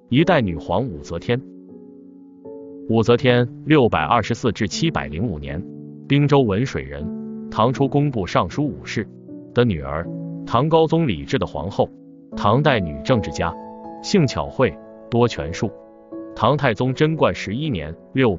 一代女皇武则天。武则天624至705年，滨州文水人，唐初工部尚书武氏的女儿，唐高宗李治的皇后，唐代女政治家，性巧慧，多权术。唐太宗贞观11年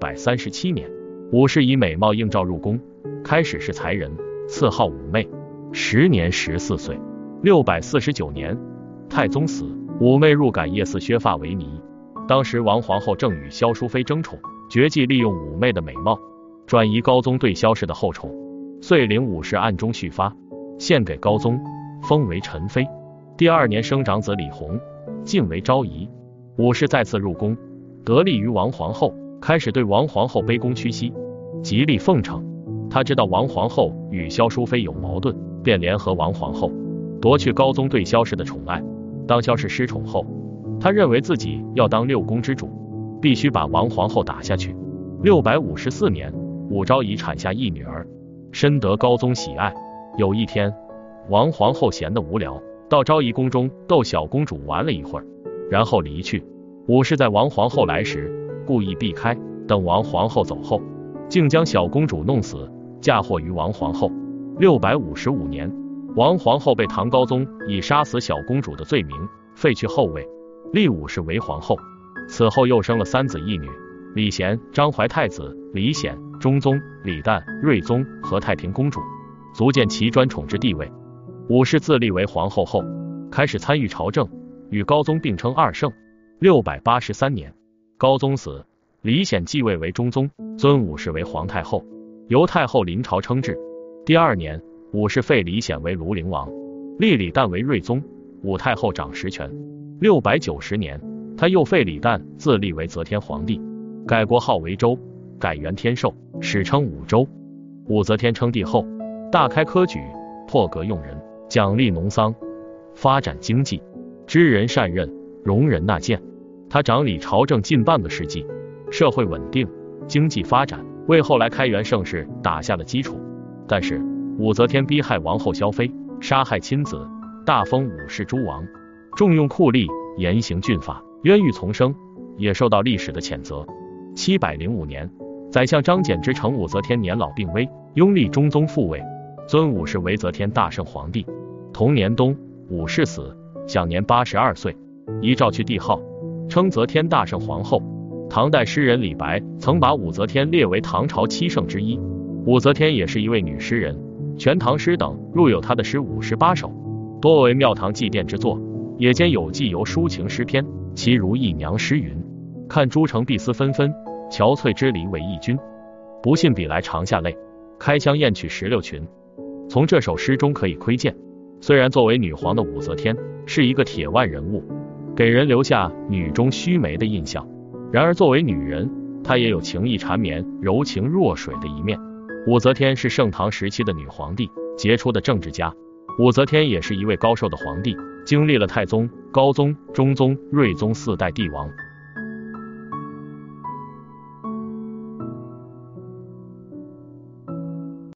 637年，武氏以美貌应召入宫，开始是才人，赐号武媚，时年14岁。649年，太宗死，武媚入感业寺削发为尼。当时王皇后正与萧淑妃争宠，决计利用武媚的美貌，转移高宗对萧氏的后宠，遂领武氏暗中续发，献给高宗，封为宸妃。第2年生长子李弘，晋为昭仪。武氏再次入宫，得利于王皇后，开始对王皇后卑躬屈膝，极力奉承。他知道王皇后与萧淑妃有矛盾，便联合王皇后，夺去高宗对萧氏的宠爱。当萧氏失宠后，他认为自己要当六宫之主，必须把王皇后打下去。654年，武昭仪产下一女儿，深得高宗喜爱。有一天，王皇后闲得无聊，到昭仪宫中逗小公主玩了一会儿，然后离去。武氏在王皇后来时故意避开，等王皇后走后，竟将小公主弄死，嫁祸于王皇后。655年，王皇后被唐高宗以杀死小公主的罪名废去后位，立武氏为皇后。此后又生了3子1女，李贤、张怀太子、李显、中宗、李旦、睿宗和太平公主，足见其专宠之地位。武氏自立为皇后后，开始参与朝政，与高宗并称2圣。683年，高宗死，李显继位为中宗，尊武氏为皇太后，由太后临朝称制。第2年，武氏废李显为庐陵王，立李旦为睿宗，武太后掌实权。690年，他又废李旦，自立为则天皇帝，改国号为周，改元天授，史称武周。武则天称帝后，大开科举，破格用人，奖励农桑，发展经济，知人善任，容人纳谏。他掌理朝政近半个世纪，社会稳定，经济发展，为后来开元盛世打下了基础。但是武则天逼害王后萧妃，杀害亲子，大封武氏诸王，重用酷吏，严刑峻法，冤狱丛生，也受到历史的谴责。705年，宰相张柬之称武则天年老病危，拥立中宗复位，尊武氏为则天大圣皇帝。同年冬，武氏死，享年82岁，遗诏去帝号，称则天大圣皇后。唐代诗人李白曾把武则天列为唐朝7圣之一。武则天也是一位女诗人，全唐诗等录有她的诗58首，多为庙堂祭奠之作，也兼有寄游抒情诗篇。其如忆娘诗云：看朱城碧丝纷纷，憔悴之离为忆君。不信比来长下泪，开箱验取16群。从这首诗中可以窥见，虽然作为女皇的武则天是一个铁腕人物，给人留下女中须眉的印象，然而作为女人，她也有情意缠绵、柔情若水的一面。武则天是盛唐时期的女皇帝，杰出的政治家。武则天也是一位高寿的皇帝，经历了太宗、高宗、中宗、睿宗4代帝王。